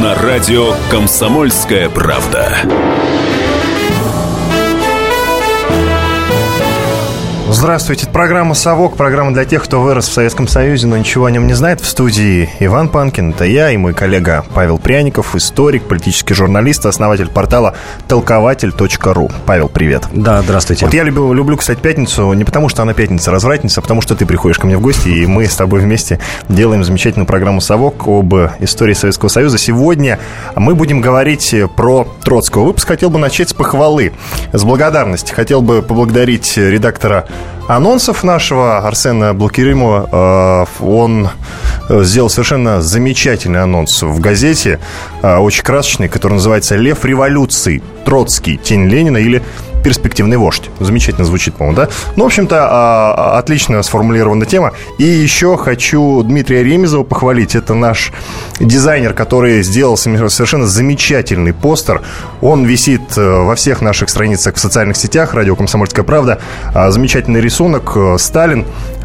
На радио «Комсомольская правда». Здравствуйте, это программа «Совок», программа для тех, кто вырос в Советском Союзе, но ничего о нем не знает. В студии Иван Панкин, это я и мой коллега Павел Пряников, историк, политический журналист, основатель портала толкователь.ру. Павел, привет. Да, здравствуйте. Вот я люблю, кстати, пятницу не потому, что она пятница, развратница, а потому, что ты приходишь ко мне в гости, и мы с тобой вместе делаем замечательную программу «Совок» об истории Советского Союза. Сегодня мы будем говорить про Троцкого. Выпуск хотел бы начать с похвалы, с благодарности. Хотел бы поблагодарить редактора анонсов нашего Арсена Блакеримова. Он сделал совершенно замечательный анонс в газете, очень красочный, который называется «Лев революции. Троцкий. Тень Ленина» или «Перспективный вождь». Замечательно звучит, по-моему, да? Ну, в общем-то, отлично сформулирована тема. И еще хочу Дмитрия Ремезова похвалить. Это наш дизайнер, который сделал совершенно замечательный постер. Он висит во всех наших страницах в социальных сетях. Радио «Комсомольская правда». Замечательный рисунок. Сталин.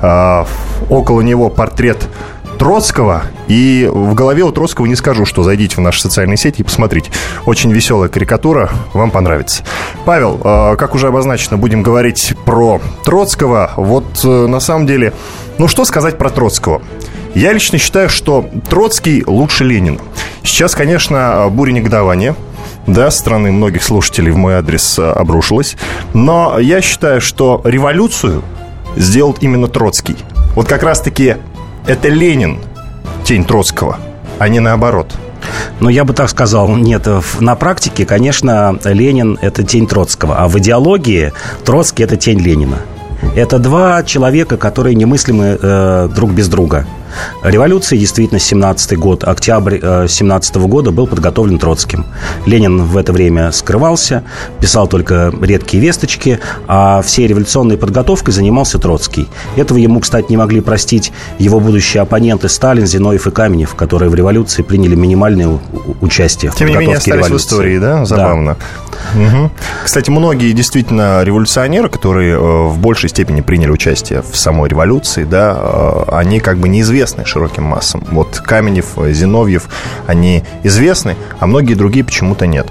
Около него портрет Троцкого. И в голове у Троцкого не скажу, что зайдите в наши социальные сети и посмотрите. Очень веселая карикатура, вам понравится. Павел, как уже обозначено, будем говорить про Троцкого. Вот на самом деле, ну что сказать про Троцкого? Я лично считаю, что Троцкий лучше Ленина. Сейчас, конечно, буря негодования, да, со стороны многих слушателей в мой адрес обрушилась. Но я считаю, что революцию сделал именно Троцкий. Вот как раз-таки это Ленин, тень Троцкого, а не наоборот. Ну, я бы так сказал, нет, на практике, конечно, Ленин – это тень Троцкого, а в идеологии Троцкий – это тень Ленина. Это два человека, которые немыслимы друг без друга. Революция, действительно, 17-й год, октябрь 17-го года был подготовлен Троцким. Ленин в это время скрывался, писал только редкие весточки, а всей революционной подготовкой занимался Троцкий. Этого ему, кстати, не могли простить его будущие оппоненты Сталин, Зиновьев и Каменев, которые в революции приняли минимальное участие в подготовке революции. Тем не менее, остались в истории, да? Забавно. Да. Угу. Кстати, многие действительно революционеры, которые в большей степени приняли участие в самой революции, да, они как бы неизвестны широким массам. Вот Каменев, Зиновьев, они известны, а многие другие почему-то нет.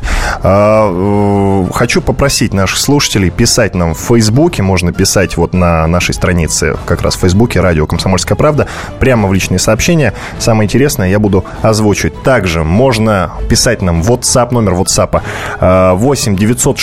Хочу попросить наших слушателей писать нам в Фейсбуке. Можно писать вот на нашей странице, как раз в Фейсбуке, радио «Комсомольская правда», прямо в личные сообщения. Самое интересное я буду озвучивать. Также можно писать нам в WhatsApp, номер WhatsApp 8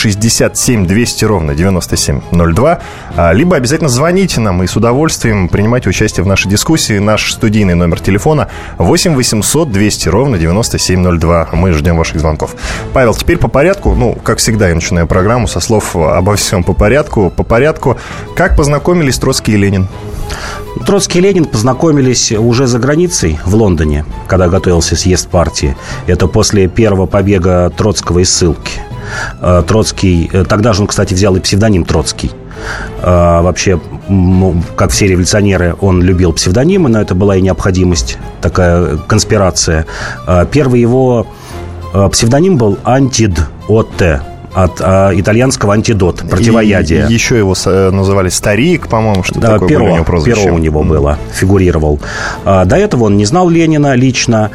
967 200 ровно 9702. Либо обязательно звоните нам и с удовольствием принимайте участие в нашей дискуссии. Наш студийный номер телефона 8 800 200 ровно 9702. Мы ждем ваших звонков. Павел, теперь по порядку. Ну, как всегда, я начинаю программу со слов обо всем по порядку. По порядку. Как познакомились Троцкий и Ленин? Троцкий и Ленин познакомились уже за границей, в Лондоне, когда готовился съезд партии. Это после первого побега Троцкого из ссылки. Троцкий, тогда же он, кстати, взял и псевдоним Троцкий. Вообще, как все революционеры, он любил псевдонимы, но это была и необходимость, такая конспирация. Первый его псевдоним был Антид Отте, от итальянского антидот, противоядие. И еще его называли Старик, по-моему, что такое было у него прозвище. Перо у него было, фигурировал. До этого он не знал Ленина лично,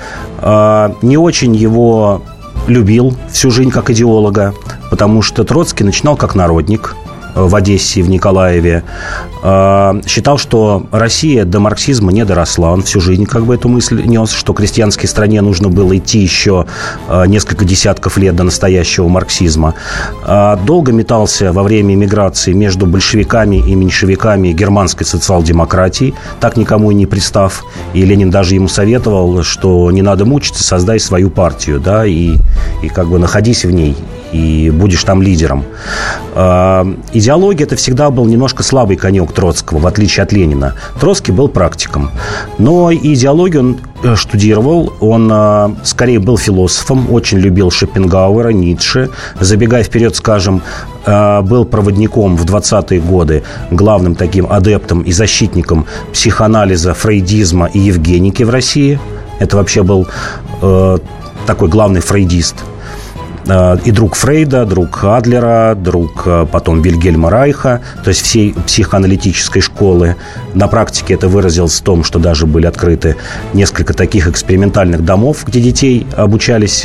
не очень его любил всю жизнь как идеолога, потому что Троцкий начинал как народник в Одессе и в Николаеве. Считал, что Россия до марксизма не доросла. Он всю жизнь как бы эту мысль нес, что крестьянской стране нужно было идти еще несколько десятков лет до настоящего марксизма. Долго метался во время эмиграции между большевиками и меньшевиками германской социал-демократии, так никому и не пристав. И Ленин даже ему советовал, что не надо мучиться, создай свою партию, да, и как бы находись в ней, и будешь там лидером. Идеология – это всегда был немножко слабый конек Троцкого, в отличие от Ленина. Троцкий был практиком. Но идеологию он штудировал, он скорее был философом, очень любил Шопенгауэра, Ницше. Забегая вперед, скажем, был проводником в 20-е годы, главным таким адептом и защитником психоанализа, фрейдизма и евгеники в России. Это вообще был такой главный фрейдист. и друг Фрейда, друг Адлера, друг потом Вильгельма Райха, то есть всей психоаналитической школы. На практике это выразилось в том, что даже были открыты несколько таких экспериментальных домов, где дети обучались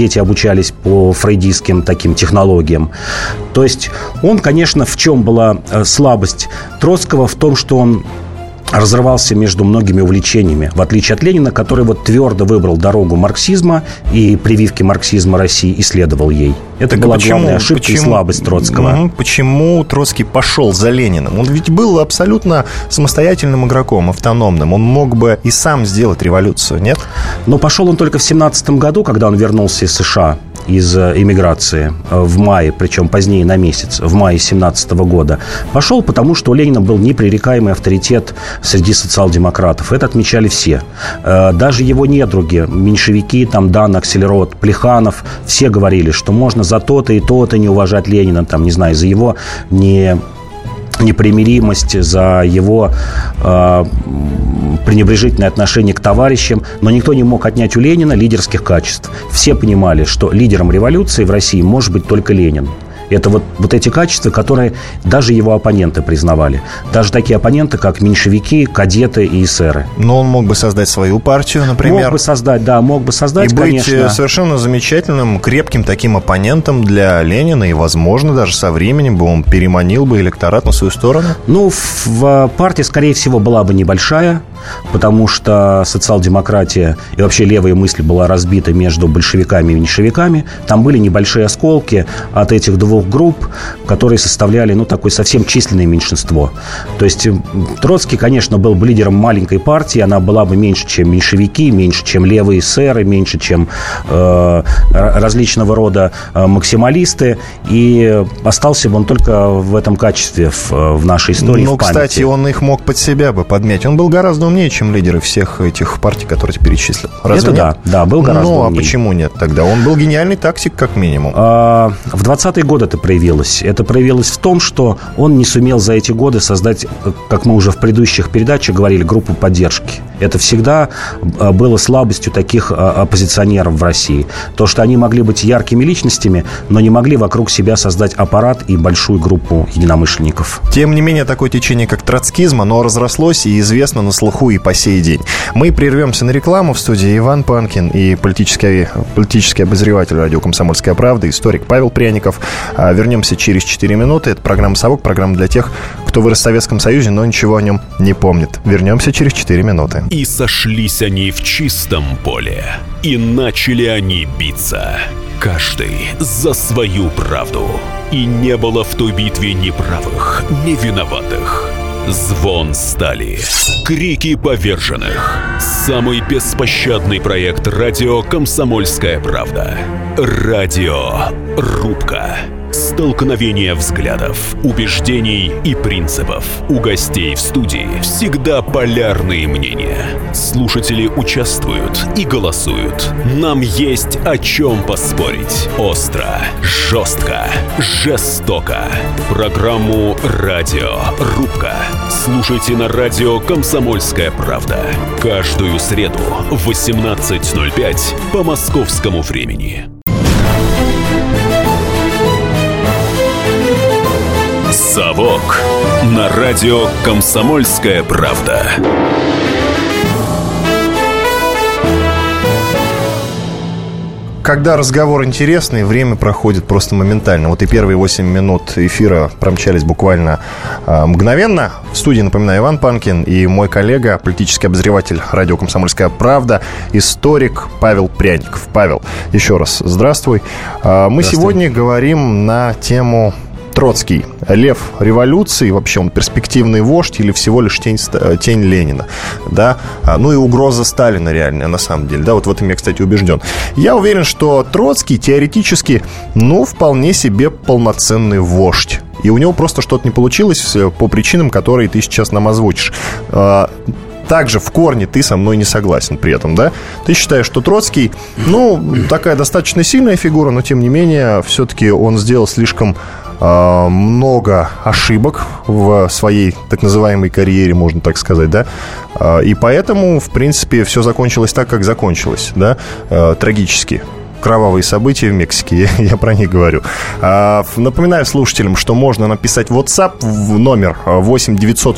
по фрейдистским таким технологиям. То есть он, конечно, в чем была слабость Троцкого? В том, что он разрывался между многими увлечениями, в отличие от Ленина, который вот твердо выбрал дорогу марксизма и прививки марксизма России и следовал ей. Это была главная ошибка и слабость Троцкого. Почему Троцкий пошел за Лениным? Он ведь был абсолютно самостоятельным игроком, автономным. Он мог бы и сам сделать революцию, нет? Но пошел он только в 1917 году, когда он вернулся из США, из эмиграции в мае, причем позднее на месяц, в мае 1917 года. Пошел, потому что у Ленина был непререкаемый авторитет среди социал-демократов. Это отмечали все. Даже его недруги, меньшевики, там, Дан, Аксельрод, Плеханов, все говорили, что можно за то-то и то-то не уважать Ленина, там, не знаю, за его непримиримость, за его пренебрежительное отношение к товарищам, но никто не мог отнять у Ленина лидерских качеств. Все понимали, что лидером революции в России может быть только Ленин. Это вот эти качества, которые даже его оппоненты признавали. Даже такие оппоненты, как меньшевики, кадеты и эсеры. Но он мог бы создать свою партию, например. Мог бы создать, и конечно. Быть совершенно замечательным, крепким таким оппонентом для Ленина. И, возможно, даже со временем бы он переманил бы электорат на свою сторону. Ну, в партии, скорее всего, была бы небольшая, потому что социал-демократия и вообще левая мысль была разбита между большевиками и меньшевиками. Там были небольшие осколки от этих двух групп, которые составляли, такое совсем численное меньшинство. То есть Троцкий, конечно, был бы лидером маленькой партии, она была бы меньше, чем меньшевики, меньше, чем левые эсеры, меньше, чем различного рода максималисты, и остался бы он только в этом качестве в нашей истории, в памяти. Кстати, он их мог под себя бы подмять. Он был гораздо умнее, чем лидеры всех этих партий, которые ты перечислил. Разве нет? Да, был гораздо умнее. А почему нет тогда? Он был гениальный тактик, как минимум. В 20-е годы это проявилось. Это проявилось в том, что он не сумел за эти годы создать, как мы уже в предыдущих передачах говорили, группу поддержки. Это всегда было слабостью таких оппозиционеров в России. То, что они могли быть яркими личностями, но не могли вокруг себя создать аппарат и большую группу единомышленников. Тем не менее, такое течение, как троцкизм, оно разрослось и известно на слуху и по сей день. Мы прервемся на рекламу. В студии Иван Панкин и политический обозреватель радио «Комсомольская правда», историк Павел Пряников. Вернемся через 4 минуты. Это программа «Совок», программа для тех, кто вырос в Советском Союзе, но ничего о нем не помнит. Вернемся через 4 минуты. И сошлись они в чистом поле, и начали они биться. Каждый за свою правду. И не было в той битве ни правых, ни виноватых. Звон стали, крики поверженных. Самый беспощадный проект радио «Комсомольская правда». Радиорубка. Столкновение взглядов, убеждений и принципов. У гостей в студии всегда полярные мнения. Слушатели участвуют и голосуют. Нам есть о чем поспорить. Остро, жестко, жестоко. Программу «Радиорубка» слушайте на радио «Комсомольская правда». Каждую среду в 18:05 по московскому времени. «Совок» на радио «Комсомольская правда». Когда разговор интересный, время проходит просто моментально. Вот и первые 8 минут эфира промчались буквально мгновенно. В студии, напоминаю, Иван Панкин и мой коллега, политический обозреватель радио «Комсомольская правда», историк Павел Пряников. Павел, еще раз здравствуй. Мы сегодня говорим на тему Троцкий. Лев революции, вообще он перспективный вождь или всего лишь тень Ленина, да? Ну и угроза Сталина реальная, на самом деле, да, вот в этом я, кстати, убежден. Я уверен, что Троцкий теоретически, вполне себе полноценный вождь. И у него просто что-то не получилось по причинам, которые ты сейчас нам озвучишь. Также в корне ты со мной не согласен при этом, да? Ты считаешь, что Троцкий, такая достаточно сильная фигура, но тем не менее, все-таки он сделал слишком много ошибок в своей так называемой карьере, можно так сказать, да? И поэтому, в принципе, все закончилось так, как закончилось, да? Трагически. кровавые события в Мексике, я про них говорю. Напоминаю слушателям, что можно написать в WhatsApp в номер 8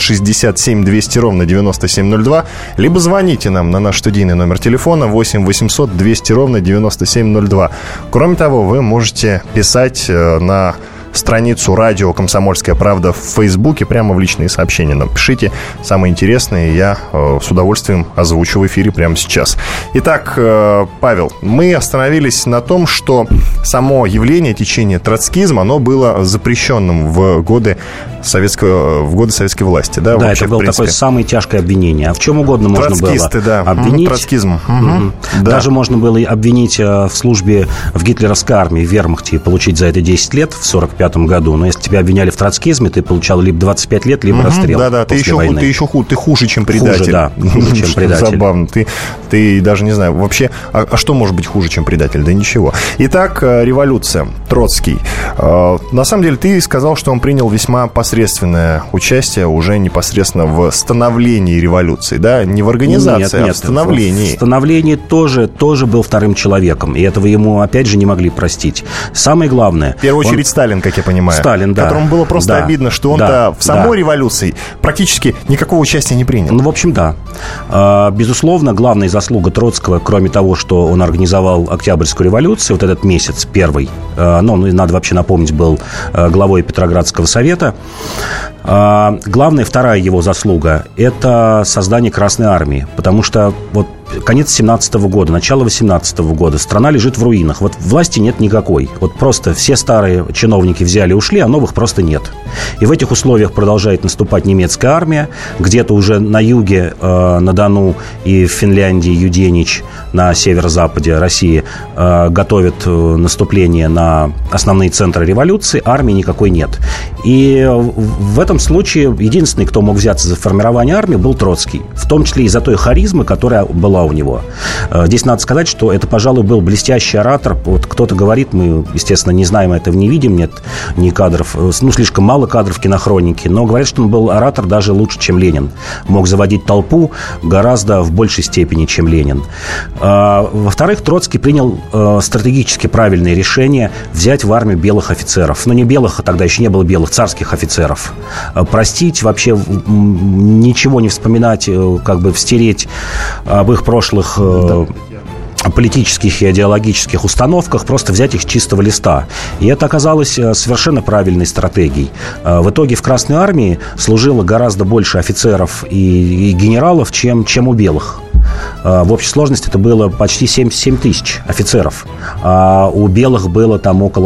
967 200 ровно 9702, либо звоните нам на наш студийный номер телефона 8 800 200 ровно 9702. Кроме того, вы можете писать на страницу радио «Комсомольская правда» в Фейсбуке, прямо в личные сообщения нам пишите. Самые интересные я с удовольствием озвучу в эфире прямо сейчас. Итак, Павел, мы остановились на том, что само явление, течение троцкизма, оно было запрещенным в годы советской власти. Да, да, это было такое самое тяжкое обвинение. А в чем угодно можно было обвинить. Троцкизм. Да. Даже можно было обвинить в службе в гитлеровской армии, в вермахте, и получить за это 10 лет в 1945 году. Но если тебя обвиняли в троцкизме, ты получал либо 25 лет, либо расстрел. Да, ты хуже, чем предатель. Хуже, чем предатель. Забавно. Ты даже не знаю, вообще, а что может быть хуже, чем предатель? Да ничего. Итак, революция. Троцкий. На самом деле, ты сказал, что он принял весьма посредственное участие уже непосредственно в становлении революции, да? Не в организации, а в становлении. В становлении тоже был вторым человеком. И этого ему, опять же, не могли простить. Самое главное... В первую очередь Сталин, как я понимаю. Сталин, да. Которому было просто обидно, что он-то в самой революции практически никакого участия не принял. Ну, в общем, да. Безусловно, главная заслуга Троцкого, кроме того, что он организовал Октябрьскую революцию, вот этот месяц первый, надо вообще напомнить, был главой Петроградского совета. Главная, вторая его заслуга – это создание Красной армии. Потому что вот конец 17 года, начало 18 года, страна лежит в руинах. Вот власти нет никакой. Вот просто все старые чиновники взяли и ушли, а новых просто нет. И в этих условиях продолжает наступать немецкая армия. Где-то уже на юге, на Дону и в Финляндии Юденич, на северо-западе России, готовят наступление на основные центры революции. Армии никакой нет. И в этом случае единственный, кто мог взяться за формирование армии, был Троцкий. В том числе из-за той харизмы, которая была у него. Здесь надо сказать, что это, пожалуй, был блестящий оратор. Вот кто-то говорит, мы, естественно, не знаем, этого не видим, нет ни кадров, слишком мало кадров в кинохронике, но говорят, что он был оратор даже лучше, чем Ленин. Мог заводить толпу гораздо в большей степени, чем Ленин. Во-вторых, Троцкий принял стратегически правильное решение взять в армию белых офицеров. Не белых, а тогда еще не было белых, царских офицеров. Простить, вообще ничего не вспоминать, встереть об их прошлых политических и идеологических установках, просто взять их с чистого листа. И это оказалось совершенно правильной стратегией. В итоге в Красной армии служило гораздо больше офицеров и генералов, чем у белых. В общей сложности это было почти 7 тысяч офицеров. А у белых было там около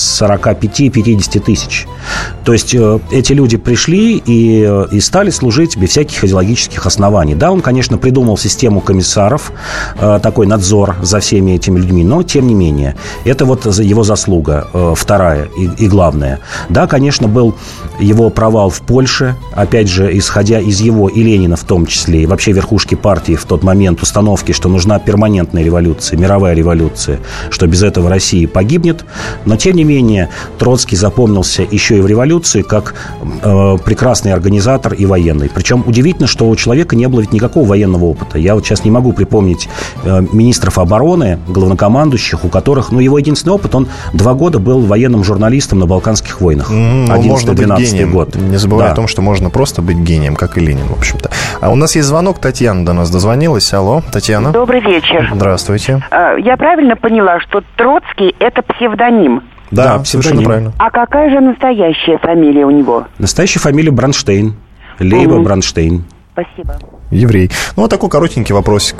45-50 тысяч. То есть эти люди пришли и стали служить без всяких идеологических оснований. Да, он, конечно, придумал систему комиссаров, такой надзор за всеми этими людьми, но тем не менее. Это вот его заслуга вторая и главная. Да, конечно, был его провал в Польше, опять же, исходя из его и Ленина в том числе, и вообще верхушки партии в тот момент установки, что нужна перманентная революция, мировая революция, что без этого Россия погибнет. Но, тем не менее, Троцкий запомнился еще и в революции как прекрасный организатор и военный. Причем удивительно, что у человека не было ведь никакого военного опыта. Я вот сейчас не могу припомнить министров обороны, главнокомандующих, у которых, его единственный опыт, он 2 года был военным журналистом на Балканских войнах. 11-12 год. Не забывай о том, что можно просто быть гением, как и Ленин, в общем-то. А у нас есть звонок, Татьяна до нас дозвонилась. Алло, Татьяна. Добрый вечер. Здравствуйте. Я правильно поняла, что Троцкий – это псевдоним? Да, совершенно правильно. А какая же настоящая фамилия у него? Настоящая фамилия Бронштейн. Лейба Бронштейн. Спасибо. Еврей. Вот такой коротенький вопросик.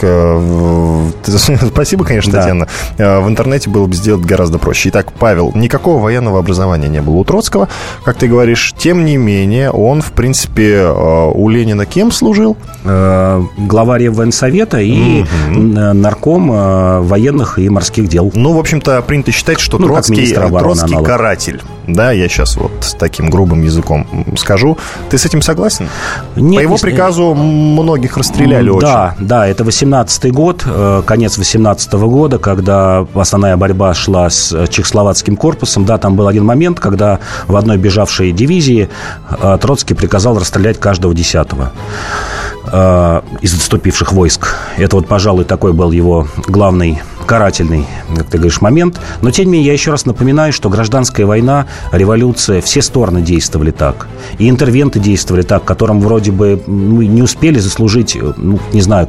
Спасибо, конечно, Татьяна. В интернете было бы сделать гораздо проще. Итак, Павел, никакого военного образования не было у Троцкого, как ты говоришь. Тем не менее, он, в принципе, у Ленина кем служил? Главарь Военсовета и нарком военных и морских дел. В общем-то, принято считать, что Троцкий каратель. Да, я сейчас вот с таким грубым языком скажу. Ты с этим согласен? Нет, по его приказу многих расстреляли очень. Да, это 18-й год, конец 18-го года, когда основная борьба шла с чехословацким корпусом. Да, там был один момент, когда в одной бежавшей дивизии Троцкий приказал расстрелять каждого 10-го. из отступивших войск. Это вот, пожалуй, такой был его главный карательный, как ты говоришь, момент. Но, тем не менее, я еще раз напоминаю, что гражданская война, революция, все стороны действовали так. И интервенты действовали так, которым вроде бы не успели заслужить, не знаю,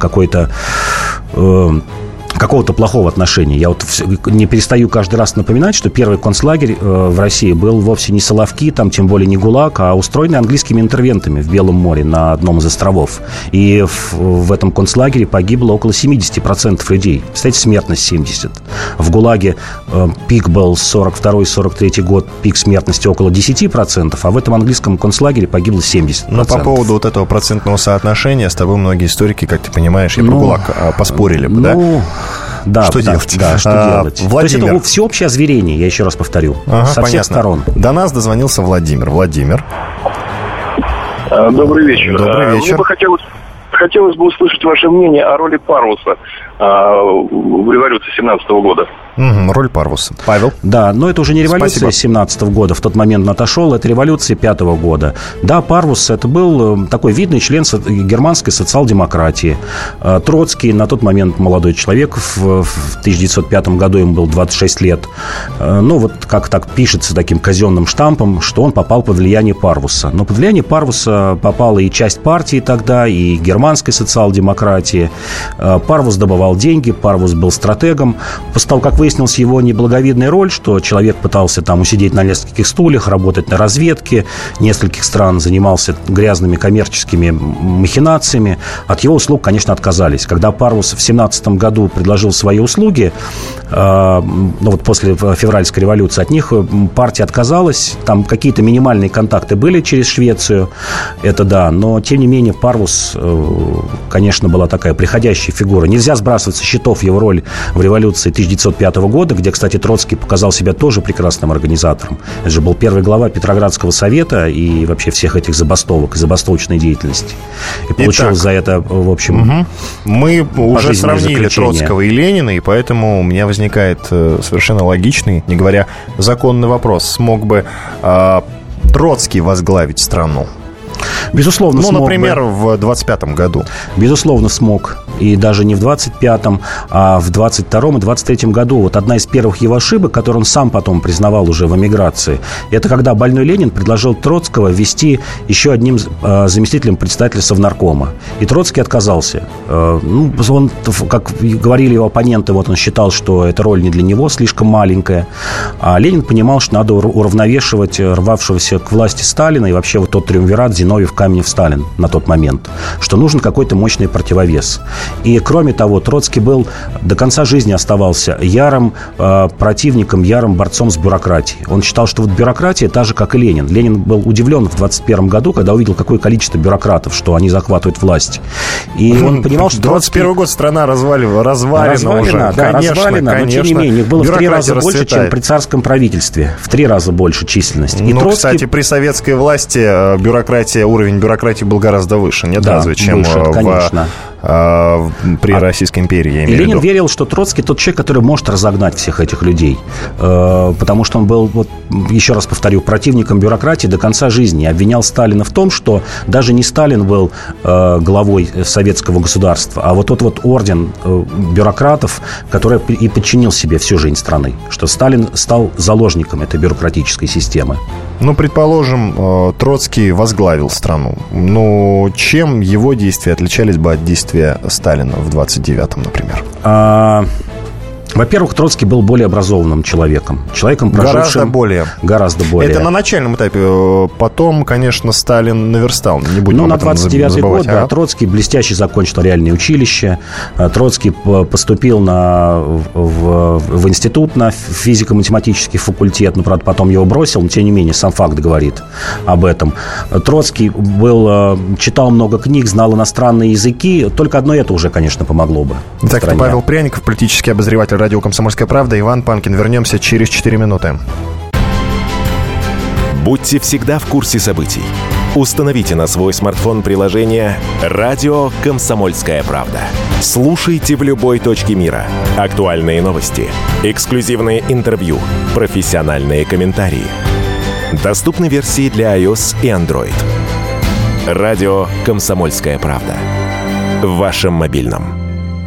какого-то плохого отношения. Я вот не перестаю каждый раз напоминать, что первый концлагерь в России был вовсе не Соловки, там тем более не ГУЛАГ, а устроенный английскими интервентами в Белом море на одном из островов. И в этом концлагере погибло около 70% людей. Представляете, смертность 70%. В ГУЛАГе пик был 42-43 год, пик смертности около 10%, а в этом английском концлагере погибло 70%. Но по поводу вот этого процентного соотношения с тобой многие историки, как ты понимаешь, и про ГУЛАГ поспорили бы, да? Да, что делать? Да, что делать? Владимир. То есть это всеобщее озверение, я еще раз повторю, со понятно. всех сторон. До нас дозвонился Владимир. Владимир. Добрый вечер. Добрый вечер. Мне бы хотелось бы услышать ваше мнение о роли Парвуса в революции 17 года. Роль Парвуса. Павел? Да, но это уже не революция 17 года, в тот момент отошел, это революция 5 года. Да, Парвус это был такой видный член германской социал-демократии. Троцкий, на тот момент молодой человек, в 1905 году ему было 26 лет. Ну, вот как так пишется таким казенным штампом, что он попал под влияние Парвуса. Но под влияние Парвуса попала и часть партии тогда, и германской социал-демократии. Парвус добывал деньги, Парвус был стратегом. После того, как выяснилась его неблаговидная роль, что человек пытался там усидеть на нескольких стульях, работать на разведке нескольких стран, занимался грязными коммерческими махинациями. От его услуг, конечно, отказались. Когда Парвус в 17 году предложил свои услуги, вот после февральской революции, от них партия отказалась. Там какие-то минимальные контакты были через Швецию, это да, но, тем не менее, Парвус, конечно, была такая приходящая фигура. Нельзя сбрасывать со счетов его роль в революции 1905 года, где, кстати, Троцкий показал себя тоже прекрасным организатором. Это же был первый глава Петроградского совета и вообще всех этих забастовок и забастовочной деятельности. И получил за это, в общем, мы уже сравнили Троцкого и Ленина, и поэтому у меня возникает совершенно логичный, не говоря законный вопрос. Смог бы Троцкий возглавить страну? Безусловно, смог. Например, в 25-м году. Безусловно, смог. И даже не в 25-м, а в 22-м и 23-м году. Вот одна из первых его ошибок, которую он сам потом признавал уже в эмиграции, это когда больной Ленин предложил Троцкого ввести еще одним заместителем председателя Совнаркома. И Троцкий отказался. Он, как говорили его оппоненты, вот он считал, что эта роль не для него, слишком маленькая. А Ленин понимал, что надо уравновешивать рвавшегося к власти Сталина и вообще вот тот триумвират Зиновьев, Каменев, Сталин на тот момент, что нужен какой-то мощный противовес. И, кроме того, Троцкий был до конца жизни оставался ярым противником, ярым борцом с бюрократией. Он считал, что вот бюрократия та же, как и Ленин. Ленин был удивлен в 21 году, когда увидел, какое количество бюрократов, что они захватывают власть. И он понимал, что 21 год страна развалена уже. Да, конечно, развалена, но, тем не менее, их было в 3 раза больше, чем при царском правительстве. В 3 раза больше численность. И Троцкий... кстати, при советской власти уровень бюрократии был гораздо выше, нет? Да, разве чем выше, конечно. При Российской империи, я имею в виду. Ленин верил, что Троцкий тот человек, который может разогнать всех этих людей. Потому что он был, вот, еще раз повторю, противником бюрократии до конца жизни. Обвинял Сталина в том, что даже не Сталин был главой советского государства, а вот тот вот орден бюрократов, который и подчинил себе всю жизнь страны. Что Сталин стал заложником этой бюрократической системы. Предположим, Троцкий возглавил страну. Чем его действия отличались бы от действия Сталина в 29-м, например? Во-первых, Троцкий был более образованным человеком. Человеком, прожившим... Гораздо более. Это на начальном этапе. Потом, конечно, Сталин наверстал. Не будем об этом забывать. На 29-й год, да, Троцкий блестяще закончил реальное училище. Троцкий поступил в институт, на физико-математический факультет. Правда, потом его бросил, но, тем не менее, сам факт говорит об этом. Троцкий читал много книг, знал иностранные языки. Только одно это уже, конечно, помогло бы. Так, это Павел Пряников, политический обозреватель радио «Комсомольская правда». Иван Панкин. Вернемся через 4 минуты. Будьте всегда в курсе событий. Установите на свой смартфон приложение «Радио Комсомольская правда». Слушайте в любой точке мира. Актуальные новости, эксклюзивные интервью, профессиональные комментарии. Доступны версии для iOS и Android. «Радио Комсомольская правда». в вашем мобильном.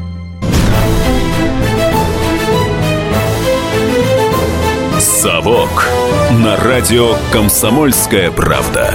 «Совок» на радио «Комсомольская правда».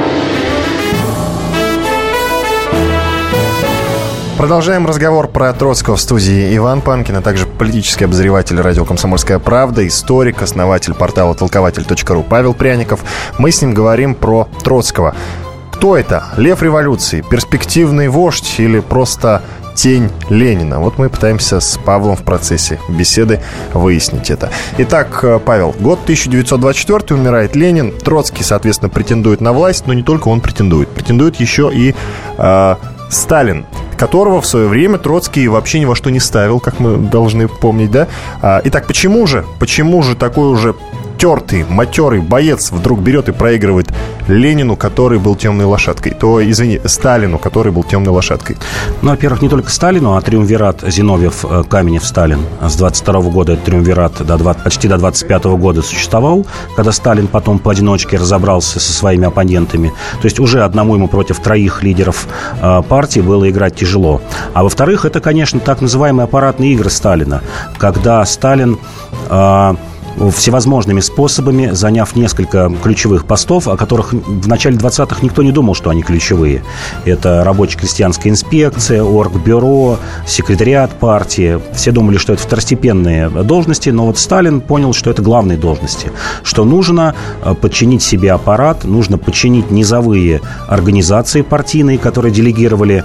Продолжаем разговор про Троцкого в студии Иван Панкин, а также политический обозреватель радио «Комсомольская правда», историк, основатель портала толкователь.ру Павел Пряников. Мы с ним говорим про Троцкого. Кто это? Лев революции? Перспективный вождь или просто тень Ленина? Вот мы пытаемся с Павлом в процессе беседы выяснить это. Итак, Павел, год 1924, умирает Ленин. Троцкий, соответственно, претендует на власть, но не только он претендует. Претендует еще и Сталин, которого в свое время Троцкий вообще ни во что не ставил, как мы должны помнить, да? Итак, почему же такой уже тертый, матерый боец вдруг берет и проигрывает Ленину, который был темной лошадкой? Сталину, который был темной лошадкой. Ну, во-первых, не только Сталину, а триумвират Зиновьев, Каменев, Сталин. С 22 года этот триумвират почти до 25 года существовал, когда Сталин потом поодиночке разобрался со своими оппонентами. То есть уже одному ему против троих лидеров партии было играть тяжело. А во-вторых, это, конечно, так называемые аппаратные игры Сталина, когда Сталин всевозможными способами, заняв несколько ключевых постов, о которых в начале 20-х никто не думал, что они ключевые. Это рабоче-крестьянская инспекция, оргбюро, секретариат партии. Все думали, что это второстепенные должности, но вот Сталин понял, что это главные должности, что нужно подчинить себе аппарат, нужно подчинить низовые организации партийные, которые делегировали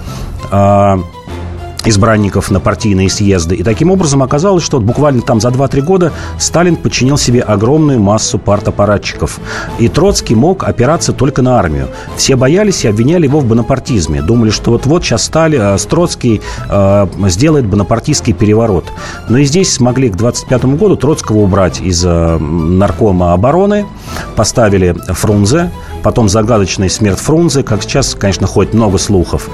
избранников на партийные съезды. И таким образом оказалось, что буквально там за 2-3 года Сталин подчинил себе огромную массу партаппаратчиков. И Троцкий мог опираться только на армию. Все боялись и обвиняли его в бонапартизме. Думали, что вот сейчас Троцкий сделает бонапартийский переворот. Но и здесь смогли к 25 году Троцкого убрать из наркома обороны, поставили Фрунзе. Потом загадочная смерть Фрунзе. Как сейчас, конечно, ходит много слухов,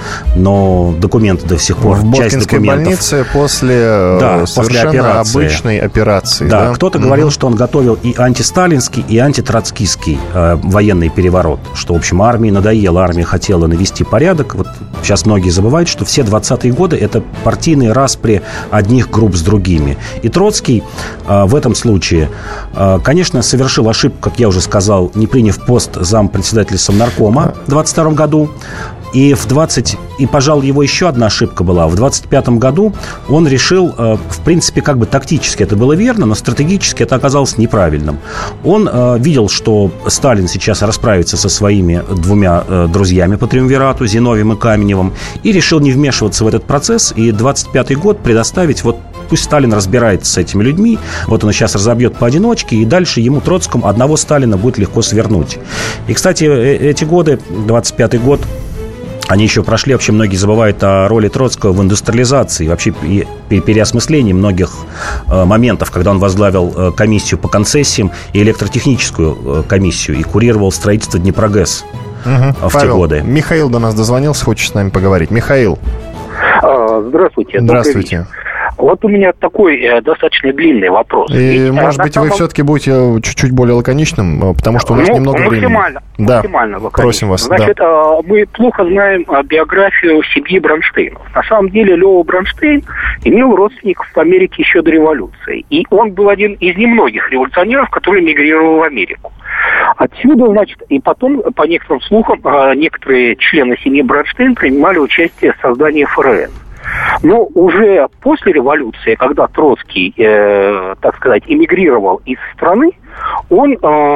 но документы до сих пор, в Боткинской больнице после совершенно обычной операции. Да, кто-то говорил, что он готовил и антисталинский, и антитроцкийский военный переворот. Что, в общем, армии надоело, армия хотела навести порядок. Вот сейчас многие забывают, что все 20-е годы это партийные распри одних групп с другими. И Троцкий в этом случае, конечно, совершил ошибку, как я уже сказал, не приняв пост зампредседателя Совнаркома в 22 году. И пожалуй, его еще одна ошибка была. В 25 году он решил, в принципе, как бы тактически это было верно, но стратегически это оказалось неправильным. Он видел, что Сталин сейчас расправится со своими двумя друзьями по триумвирату, Зиновьевым и Каменевым, и решил не вмешиваться в этот процесс и 25-й год предоставить, пусть Сталин разбирается с этими людьми, вот он сейчас разобьет поодиночке, и дальше ему, Троцкому, одного Сталина будет легко свернуть. И, кстати, эти годы, 25-й год, они еще прошли, вообще многие забывают о роли Троцкого в индустриализации, вообще переосмыслении многих моментов, когда он возглавил комиссию по концессиям и электротехническую комиссию и курировал строительство Днепрогэс в те годы. Михаил до нас дозвонился, хочет с нами поговорить. Михаил. Здравствуйте. Здравствуйте. Вот у меня такой достаточно длинный вопрос. И, может быть, вы все-таки будете чуть-чуть более лаконичным, потому что у нас немного времени. Максимально лаконично. Просим вас. Значит, мы плохо знаем биографию семьи Бронштейнов. На самом деле, Лева Бронштейн имел родственников в Америке еще до революции. И он был один из немногих революционеров, который мигрировал в Америку. Отсюда, значит, и потом, по некоторым слухам, некоторые члены семьи Бронштейн принимали участие в создании ФРН. Но уже после революции, когда Троцкий, так сказать, эмигрировал из страны, он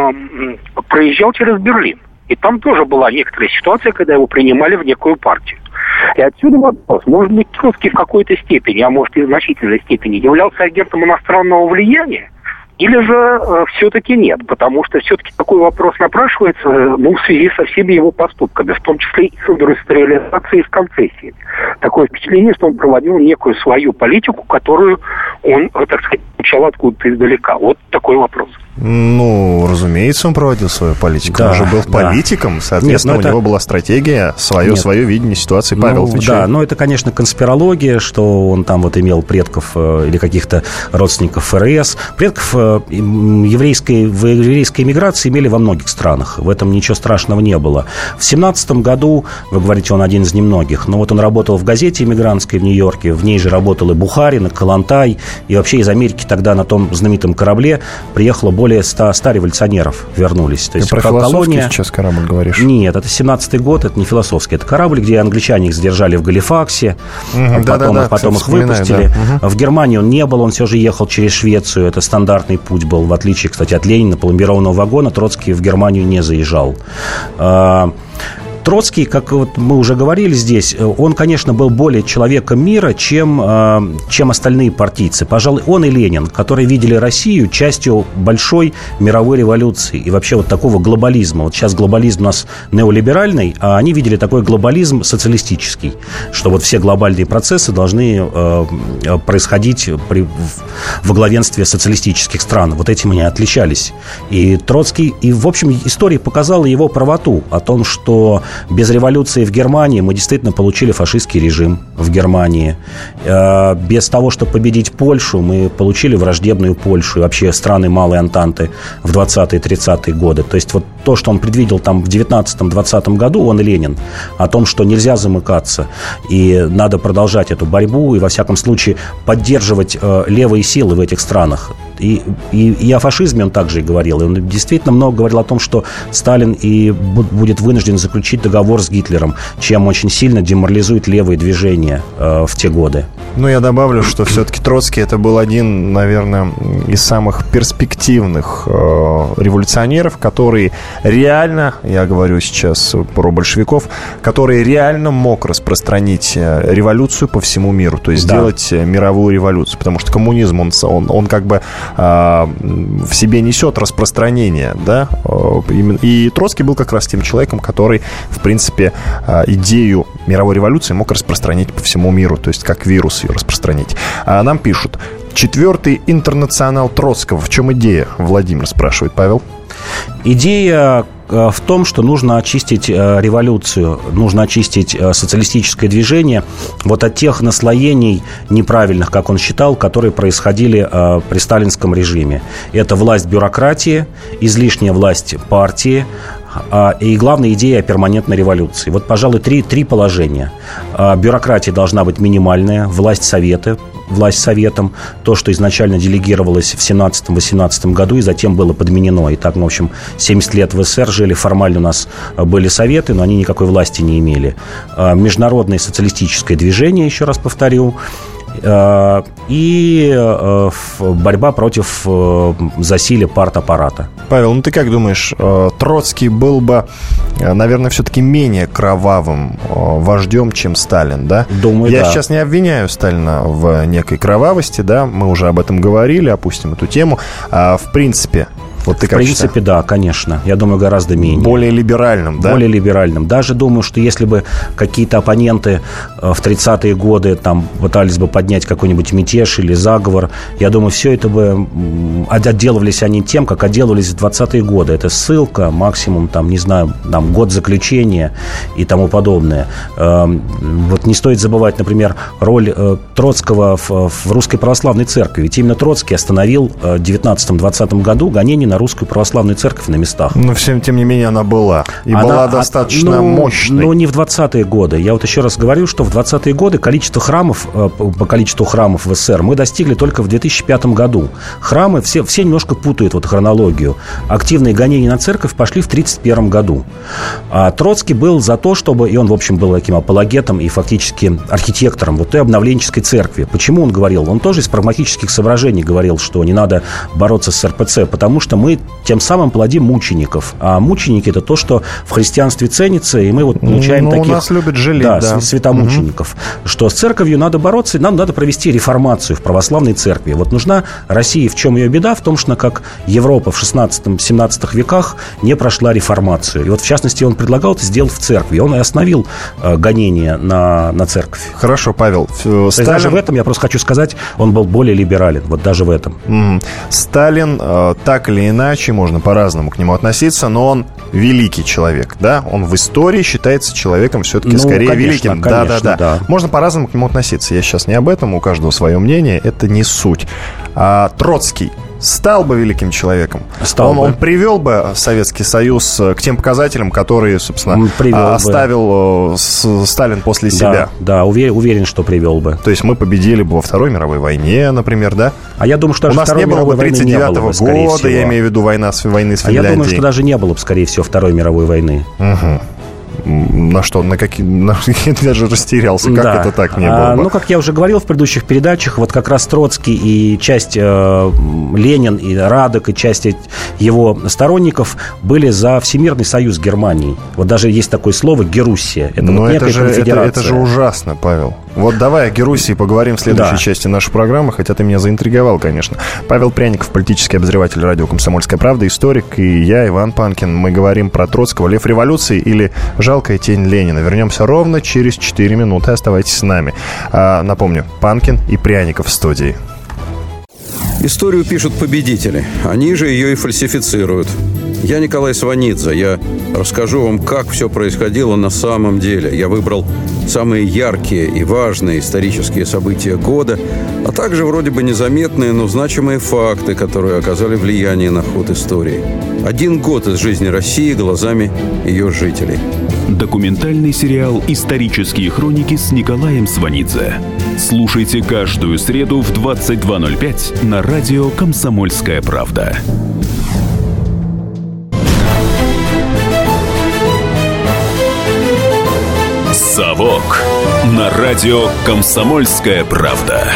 проезжал через Берлин. И там тоже была некоторая ситуация, когда его принимали в некую партию. И отсюда вопрос. Может быть, Троцкий в какой-то степени, а может и в значительной степени, являлся агентом иностранного влияния? Или же все-таки нет? Потому что все-таки такой вопрос напрашивается в связи со всеми его поступками, в том числе и с индустриализацией, и с концессиями. Такое впечатление, что он проводил некую свою политику, которую он, так сказать, начал откуда-то издалека. Вот такой вопрос. Ну, разумеется, он проводил свою политику. Да, он же был политиком, соответственно, у него была стратегия, свое видение ситуации. Павел, отвечай. Да, но это, конечно, конспирология, что он там вот имел предков или каких-то родственников ФРС. Предков в еврейской эмиграции имели во многих странах. В этом ничего страшного не было. В 17 году, вы говорите, он один из немногих, но вот он работал в газете эмигрантской в Нью-Йорке, в ней же работал и Бухарин, и Калантай, и вообще из Америки тогда на том знаменитом корабле приехало более 100 революционеров вернулись. То есть ты про философский сейчас корабль говоришь? Нет, это 17-й год, это не философский. Это корабль, где англичане их задержали в Галифаксе, потом их выпустили. Да. В Германии он не был, он все же ехал через Швецию. Это стандартный путь был, в отличие, кстати, от Ленина, пломбированного вагона. Троцкий в Германию не заезжал. Троцкий, как вот мы уже говорили здесь, он, конечно, был более человеком мира, чем остальные партийцы. Пожалуй, он и Ленин, которые видели Россию частью большой мировой революции и вообще вот такого глобализма. Вот сейчас глобализм у нас неолиберальный, а они видели такой глобализм социалистический, что вот все глобальные процессы должны происходить во главенстве социалистических стран. Вот этим они отличались. И Троцкий, и, в общем, история показала его правоту о том, что без революции в Германии мы действительно получили фашистский режим в Германии. Без того, чтобы победить Польшу, мы получили враждебную Польшу и вообще страны Малой Антанты в 20-е, 30-е годы. То есть вот то, что он предвидел там в 19-20 году, он и Ленин, о том, что нельзя замыкаться и надо продолжать эту борьбу и, во всяком случае, поддерживать левые силы в этих странах. И о фашизме он также и говорил. И он действительно много говорил о том, что Сталин и будет вынужден заключить договор с Гитлером, чем очень сильно деморализует левые движения в те годы. Ну, я добавлю, что все-таки Троцкий это был один, наверное, из самых перспективных революционеров, который реально, я говорю сейчас про большевиков, который реально мог распространить революцию по всему миру, то есть сделать мировую революцию, потому что коммунизм, он как бы в себе несет распространение, да, и Троцкий был как раз тем человеком, который, в принципе, идею мировой революции мог распространить по всему миру, то есть как вирус ее распространить. Нам пишут: 4-й интернационал Троцкого. В чем идея? Владимир спрашивает. Павел? Идея в том, что нужно очистить революцию, нужно очистить социалистическое движение вот от тех наслоений неправильных, как он считал, которые происходили при сталинском режиме. Это власть бюрократии, излишняя власть партии и главная идея о перманентной революции. Вот, пожалуй, три положения. Бюрократия должна быть минимальная, власть советом, то, что изначально делегировалось в 17-18 году и затем было подменено. И так, в общем, 70 лет в СССР жили, формально у нас были советы, но они никакой власти не имели. Международное социалистическое движение, еще раз повторю, и борьба против засилия партаппарата. Павел, ну ты как думаешь, Троцкий был бы, наверное, все-таки менее кровавым вождем, чем Сталин, да? Думаю, Я да. сейчас не обвиняю Сталина в некой кровавости, да, мы уже об этом говорили, опустим эту тему. В принципе... Вот ты как в принципе, считаешь? Да, конечно. Я думаю, гораздо менее. Более либеральным, да? Более либеральным. Даже думаю, что если бы какие-то оппоненты в 30-е годы там пытались бы поднять какой-нибудь мятеж или заговор, я думаю, все это бы отделывались они тем, как отделывались в 20-е годы. Это ссылка, максимум, там, не знаю, там, год заключения и тому подобное. Вот не стоит забывать, например, роль Троцкого в Русской Православной Церкви. Ведь именно Троцкий остановил в 19-20 году гонения на Русскую Православную Церковь на местах. Но тем не менее она была. И была достаточно мощной. Но не в 20-е годы. Я вот еще раз говорю, что в 20-е годы количество храмов, по количеству храмов в СССР мы достигли только в 2005 году. Храмы, все немножко путают вот хронологию. Активные гонения на церковь пошли в 1931 году. А Троцкий был за то, чтобы... И он, в общем, был таким апологетом и фактически архитектором вот той обновленческой церкви. Почему он говорил? Он тоже из прагматических соображений говорил, что не надо бороться с РПЦ, потому что мы тем самым плодим мучеников. А мученики – это то, что в христианстве ценится, и мы вот получаем таких... у нас любят жалеть, да. Святомучеников. Что с церковью надо бороться, и нам надо провести реформацию в православной церкви. Вот нужна Россия. В чем ее беда? В том, что как Европа в 16-17 веках не прошла реформацию. И вот, в частности, он предлагал это сделать в церкви. Он и остановил гонения на церковь. Хорошо, Павел. Сталин... Даже в этом, я просто хочу сказать, он был более либерален. Вот даже в этом. Сталин так или иначе, можно по-разному к нему относиться, но он великий человек, да? Он в истории считается человеком все-таки скорее конечно, великим. Конечно, да. Можно по-разному к нему относиться. Я сейчас не об этом, у каждого свое мнение, это не суть. Троцкий стал бы великим человеком. Он привел бы Советский Союз к тем показателям, которые, собственно, оставил Сталин после себя. Да, уверен, что привел бы. То есть мы победили бы во Второй мировой войне, например, да? А я думаю, что у нас не было бы 1939 года, я имею в виду войны с Финляндией. А я думаю, что даже не было бы, скорее всего, Второй мировой войны. Угу. На что? Я даже растерялся. Как это так не было бы? Ну, как я уже говорил в предыдущих передачах, вот как раз Троцкий и часть Ленин, и Радек, и часть его сторонников были за Всемирный союз Германии. Вот даже есть такое слово «Геруссия». Это вот некая конфедерация. Это же ужасно, Павел. Вот давай о Геруссии поговорим в следующей части нашей программы, хотя ты меня заинтриговал, конечно. Павел Пряников, политический обозреватель радио «Комсомольская правда», историк, и я, Иван Панкин. Мы говорим про Троцкого, лев революции или жалкая тень Ленина. Вернемся ровно через 4 минуты. Оставайтесь с нами. Напомню, Панкин и Пряников в студии. Историю пишут победители. Они же ее и фальсифицируют. Я Николай Сванидзе. Я расскажу вам, как все происходило на самом деле. Я выбрал самые яркие и важные исторические события года, а также вроде бы незаметные, но значимые факты, которые оказали влияние на ход истории. 1 год из жизни России глазами ее жителей. Документальный сериал «Исторические хроники» с Николаем Сванидзе. Слушайте каждую среду в 22:05 на радио «Комсомольская правда». «Совок» на радио «Комсомольская правда».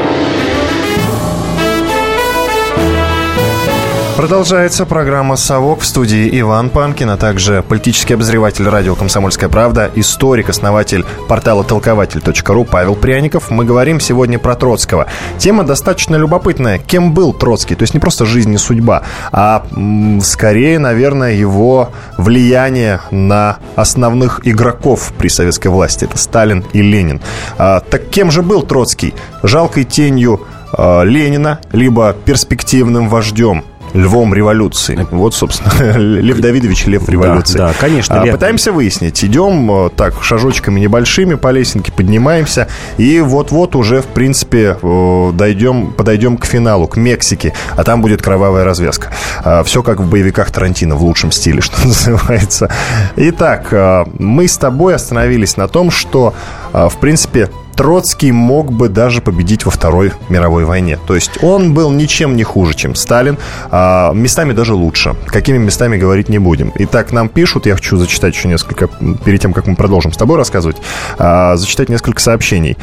Продолжается программа «Совок», в студии Иван Панкин, а также политический обозреватель радио «Комсомольская правда», историк, основатель портала толкователь.ру Павел Пряников. Мы говорим сегодня про Троцкого. Тема достаточно любопытная. Кем был Троцкий? То есть не просто жизнь и судьба, а скорее, наверное, его влияние на основных игроков при советской власти. Это Сталин и Ленин. Так кем же был Троцкий? Жалкой тенью Ленина, либо перспективным вождем? Львом революции. Вот, собственно, Лев Давидович, лев революции. Да, конечно. Пытаемся выяснить. Идем так, шажочками небольшими по лесенке, поднимаемся. И вот-вот уже, в принципе, подойдем к финалу, к Мексике. А там будет кровавая развязка. Все как в боевиках Тарантино, в лучшем стиле, что называется. Итак, мы с тобой остановились на том, что, в принципе, Троцкий мог бы даже победить во Второй мировой войне. То есть он был ничем не хуже, чем Сталин, местами даже лучше. Какими местами говорить не будем. Итак, нам пишут, я хочу зачитать еще несколько, перед тем, как мы продолжим с тобой рассказывать, зачитать несколько сообщений.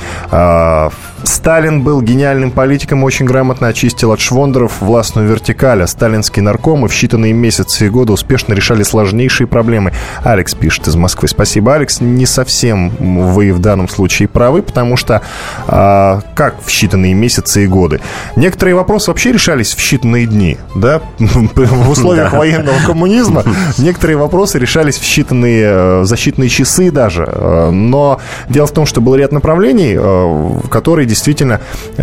Сталин был гениальным политиком и очень грамотно очистил от швондеров властную вертикаль, а сталинские наркомы в считанные месяцы и годы успешно решали сложнейшие проблемы. Алекс пишет из Москвы. Спасибо, Алекс. Не совсем вы в данном случае правы, потому что как в считанные месяцы и годы? Некоторые вопросы вообще решались в считанные дни, да? В условиях военного коммунизма некоторые вопросы решались в за считанные часы даже. Но дело в том, что был ряд направлений, которые действительно,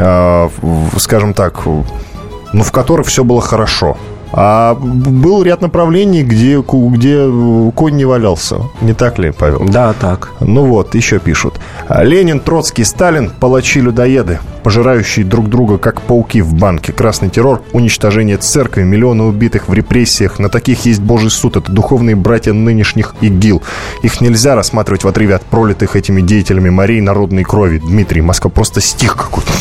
скажем так, в которых все было хорошо. А был ряд направлений, где конь не валялся. Не так ли, Павел? Да, так. Ну вот, еще пишут. Ленин, Троцкий, Сталин – палачи-людоеды, пожирающие друг друга, как пауки в банке. Красный террор, уничтожение церкви, миллионы убитых в репрессиях. На таких есть Божий суд. Это духовные братья нынешних ИГИЛ. Их нельзя рассматривать в отрыве от пролитых этими деятелями морей народной крови. Дмитрий, Москва, просто стих какой-то.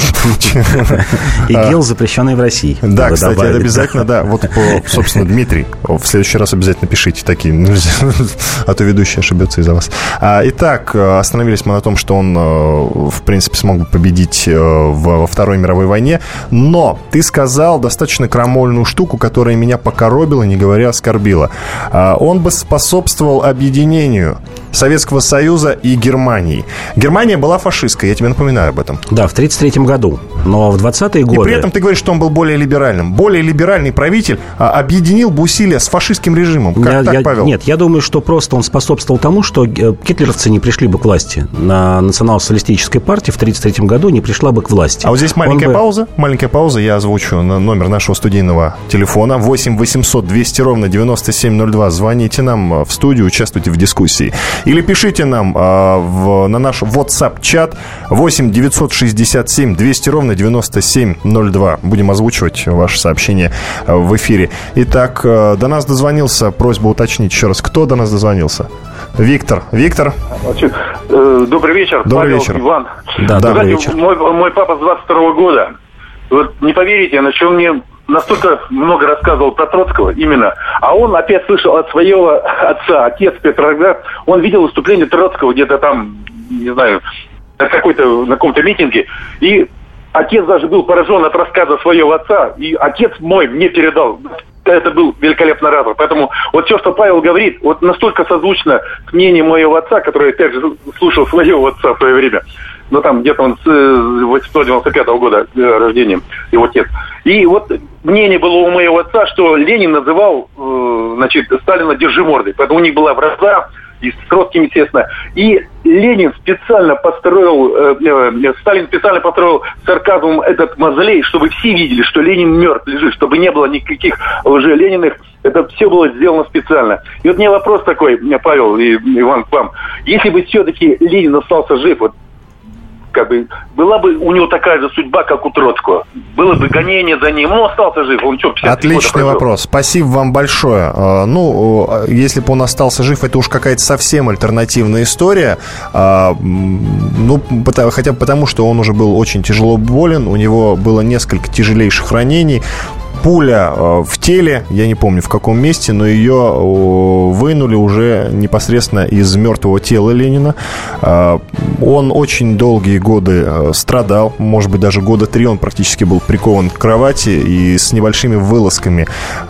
ИГИЛ, запрещенный в России. Да, кстати, это обязательно, да. Вот, собственно, Дмитрий, в следующий раз обязательно пишите такие, а то ведущий ошибется из-за вас. Итак, остановились мы на том, что он, в принципе, смог бы победить во Второй мировой войне. Но ты сказал достаточно крамольную штуку, которая меня покоробила, не говоря оскорбила. Он бы способствовал объединению Советского Союза и Германии. Германия была фашистской, я тебе напоминаю об этом. Да, в 1933 году. Но в 20-е годы... И при этом ты говоришь, что он был более либеральным. Более либеральный правитель объединил бы усилия с фашистским режимом. Как так, Павел? Нет, я думаю, что просто он способствовал тому, что гитлеровцы не пришли бы к власти. На национал-социалистической партии в 1933 году не пришла бы к власти. А вот здесь маленькая пауза. Маленькая пауза. Я озвучу номер нашего студийного телефона. 8 800 200 ровно 9702. Звоните нам в студию, участвуйте в дискуссии. Или пишите нам на наш WhatsApp-чат 8 967 200 ровно 9702. Будем озвучивать ваше сообщение в эфире. Итак, до нас дозвонился. Просьба уточнить еще раз, кто до нас дозвонился? Виктор. Виктор. Добрый вечер. Добрый Павел, вечер. Иван. Да, добрый Знаете, вечер. Мой папа с 22 года. Вот не поверите, начал мне настолько много рассказывал про Троцкого именно. А он опять слышал от своего отца, отец Петроград. Он видел выступление Троцкого где-то там, не знаю, на каком-то митинге. И отец даже был поражен от рассказа своего отца. И отец мой мне передал. Это был великолепный оратор. Поэтому вот все, что Павел говорит, вот настолько созвучно с мнением моего отца, который, опять же, слушал своего отца в свое время. Ну, там где-то он с 895 года рождения, его отец. И вот мнение было у моего отца, что Ленин называл, Сталина держимордой. Поэтому у них была вражда, и с Троцким, естественно. И Ленин специально Сталин специально построил сарказмом этот мавзолей, чтобы все видели, что Ленин мертв лежит, чтобы не было никаких лже-Лениных. Это все было сделано специально. И вот мне вопрос такой, Павел и Иван, к вам. Если бы все-таки Ленин остался жив, вот, была бы у него такая же судьба, как у Троцкого. Было бы гонение за ним, но остался жив. Он что, 50 Отличный вопрос. Спасибо вам большое. Если бы он остался жив, это уж какая-то совсем альтернативная история. Хотя бы потому, что он уже был очень тяжело болен. У него было несколько тяжелейших ранений. Пуля в теле, я не помню в каком месте, но ее вынули уже непосредственно из мертвого тела Ленина. Он очень долгие годы страдал, может быть, даже года 3 он практически был прикован к кровати, и с небольшими вылазками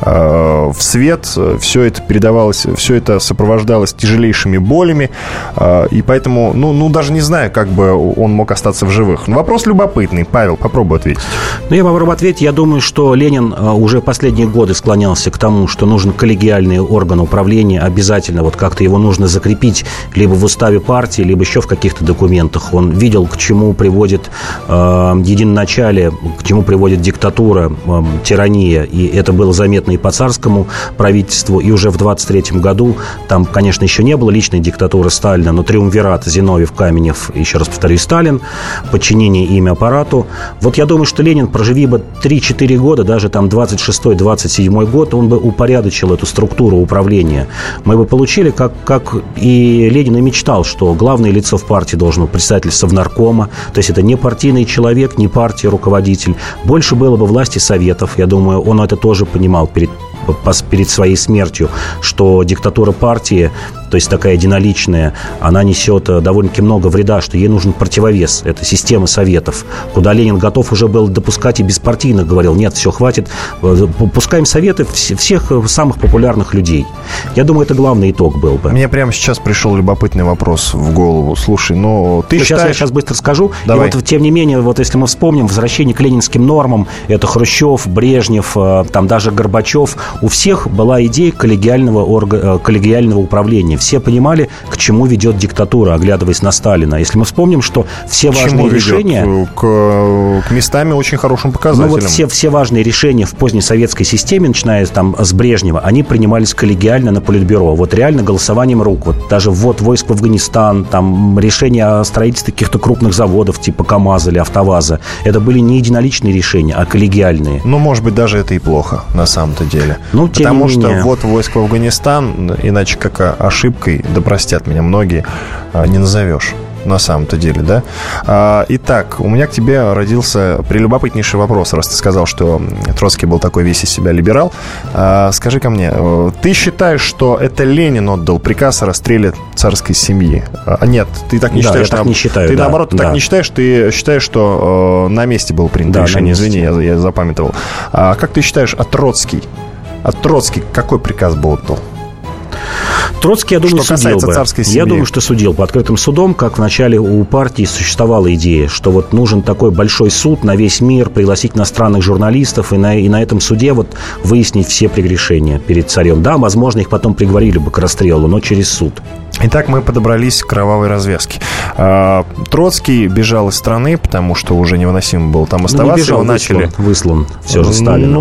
в свет все это передавалось, все это сопровождалось тяжелейшими болями, и поэтому, даже не знаю, как бы он мог остаться в живых. Но вопрос любопытный. Павел, попробуй ответить. Я попробую ответить. Я думаю, что Ленин уже последние годы склонялся к тому, что нужен коллегиальный орган управления, обязательно вот как-то его нужно закрепить либо в уставе партии, либо еще в каких-то документах. Он видел, к чему приводит единоначалие, к чему приводит диктатура, тирания, и это было заметно и по царскому правительству, и уже в 23-м году, там, конечно, еще не было личной диктатуры Сталина, но триумвират Зиновьев, Каменев, еще раз повторюсь, Сталин, подчинение ими аппарату. Вот я думаю, что Ленин, проживи бы 3-4 года, даже там 26-27 год, он бы упорядочил эту структуру управления. Мы бы получили, как и Ленин и мечтал, что главное лицо в партии должен быть председатель Совнаркома, то есть это не партийный человек, не партия, руководитель. Больше было бы власти советов. Я думаю, он это тоже понимал перед своей смертью, что диктатура партии, то есть такая единоличная, она несет довольно-таки много вреда, что ей нужен противовес. Это система советов, куда Ленин готов уже был допускать и беспартийных, говорил, нет, все, хватит, пускаем советы всех самых популярных людей. Я думаю, это главный итог был бы. Мне прямо сейчас пришел любопытный вопрос в голову. Слушай, ты считаешь... Я сейчас быстро скажу. Давай. И вот, тем не менее, вот если мы вспомним возвращение к ленинским нормам, это Хрущев, Брежнев, там даже Горбачев, у всех была идея коллегиального управления. Все понимали, к чему ведет диктатура, оглядываясь на Сталина. Если мы вспомним, что все важные решения... К местами очень хорошим показателям. Вот все важные решения в поздней советской системе, начиная там с Брежнева, они принимались коллегиально на Политбюро. Вот реально голосованием рук. Вот даже ввод войск в Афганистан, там решения о строительстве каких-то крупных заводов типа КАМАЗа или АвтоВАЗа. Это были не единоличные решения, а коллегиальные. Может быть, даже это и плохо на самом-то деле. Потому что ввод войск в Афганистан, иначе как ошибкой, да простят меня многие, не назовешь. На самом-то деле, да? Итак, у меня к тебе родился прелюбопытнейший вопрос, раз ты сказал, что Троцкий был такой весь из себя либерал. Скажи-ка мне, ты считаешь, что это Ленин отдал приказ о расстреле царской семьи? Нет, ты так не считаешь. Я так не считаю. Ты наоборот так не считаешь, ты считаешь, что на месте было принято решение. Извини, я запамятовал. Как ты считаешь, Троцкий какой приказ был отдал? Троцкий, я думаю, что касается царской семьи. Я думаю, что судил по открытым судам, как вначале у партии существовала идея, что вот нужен такой большой суд на весь мир, пригласить иностранных журналистов и на этом суде вот выяснить все прегрешения перед царем. Да, возможно, их потом приговорили бы к расстрелу, но через суд. Итак, мы подобрались к кровавой развязке. Троцкий бежал из страны, потому что уже невыносимо было там оставаться. Не бежал, выслан все же Сталином.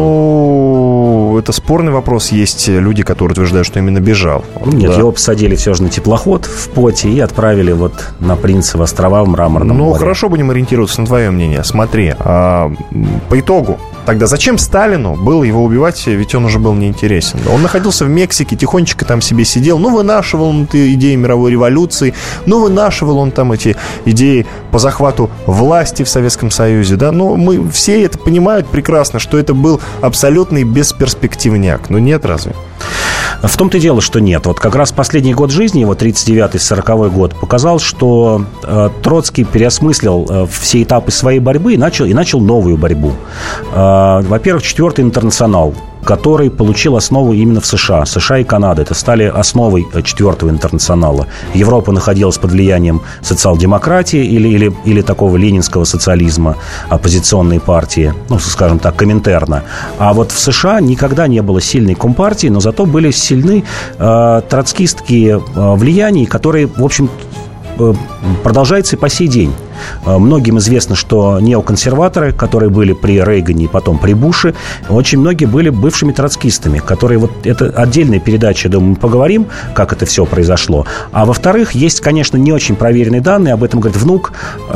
Ну, это спорный вопрос. Есть люди, которые утверждают, что именно бежал. Нет, его посадили все же на теплоход в Поте и отправили вот на Принцевы острова в Мраморном море. Ну, хорошо, будем ориентироваться на твое мнение. Смотри, по итогу, тогда зачем Сталину было его убивать, ведь он уже был неинтересен. Он находился в Мексике, тихонечко там себе сидел, вынашивал он эти идеи мировой революции, вынашивал он там эти идеи по захвату власти в Советском Союзе, да, мы все это понимают прекрасно, что это был абсолютный бесперспективняк, но нет разве? В том-то и дело, что нет. Вот как раз последний год жизни, его 39-40 год, показал, что Троцкий переосмыслил все этапы своей борьбы и начал новую борьбу. Во-первых, 4-й интернационал, который получил основу именно в США. США и Канада. Это стали основой 4-го интернационала. Европа находилась под влиянием социал-демократии или такого ленинского социализма, оппозиционной партии, скажем так, Коминтерна. А вот в США никогда не было сильной компартии, но зато были сильны троцкистские влияния, которые, в общем, продолжается и по сей день. Многим известно, что неоконсерваторы, которые были при Рейгане и потом при Буше, очень многие были бывшими троцкистами, которые вот это отдельная передача, я думаю, мы поговорим, как это все произошло. А во-вторых, есть, конечно, не очень проверенные данные, об этом говорит внук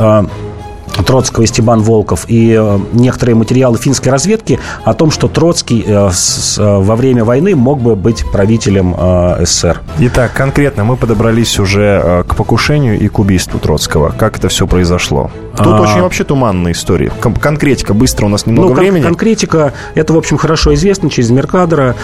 Троцкого Степан Волков и некоторые материалы финской разведки о том, что Троцкий во время войны мог бы быть правителем СССР. Итак, конкретно мы подобрались уже к покушению и к убийству Троцкого. Как это все произошло? Тут очень вообще туманная история. Конкретика, быстро, у нас немного времени. Конкретика, это, в общем, хорошо известно через Меркадора.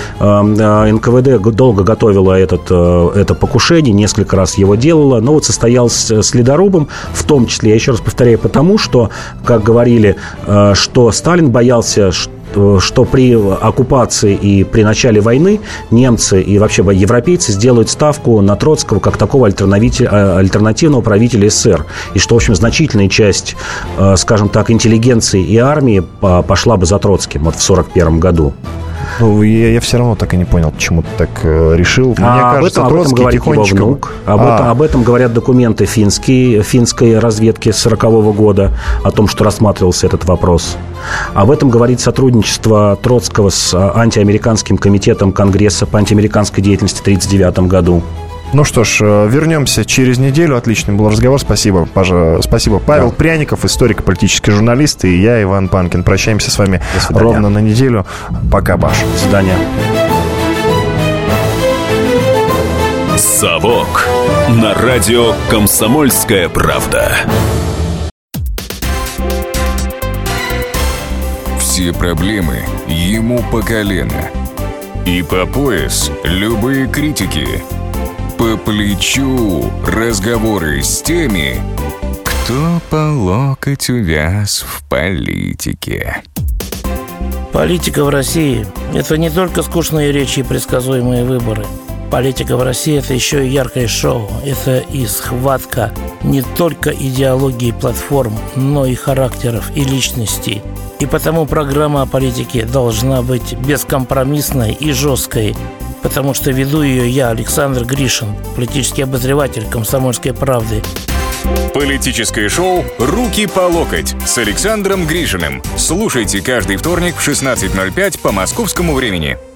НКВД долго готовила это покушение, несколько раз его делала, но вот состоялось с ледорубом, в том числе, я еще раз повторяю, потому что, как говорили, что Сталин боялся, что при оккупации и при начале войны немцы и вообще европейцы сделают ставку на Троцкого как такого альтернативного правителя СССР. И что, в общем, значительная часть, скажем так, интеллигенции и армии пошла бы за Троцким вот в 1941 году. Я все равно так и не понял, почему ты так решил. Мне кажется, об этом говорит его внук. Об этом говорят документы финской разведки с 1940 года, о том, что рассматривался этот вопрос. Об этом говорит сотрудничество Троцкого с антиамериканским комитетом Конгресса по антиамериканской деятельности в 1939 году. Ну что ж, вернемся через неделю. Отличный был разговор. Спасибо. Спасибо. Павел Пряников, историк, политический журналист, и я, Иван Панкин. Прощаемся с вами ровно на неделю. Пока, Баш. До свидания. «Совок» на радио «Комсомольская правда». Все проблемы ему по колено. И по пояс любые критики. По плечу разговоры с теми, кто по локоть увяз в политике. Политика в России – это не только скучные речи и предсказуемые выборы. Политика в России – это еще и яркое шоу. Это и схватка не только идеологии платформ, но и характеров и личностей. И потому программа о политике должна быть бескомпромиссной и жесткой. Потому что веду ее я, Александр Гришин, политический обозреватель «Комсомольской правды». Политическое шоу «Руки по локоть» с Александром Гришиным. Слушайте каждый вторник в 16:05 по московскому времени.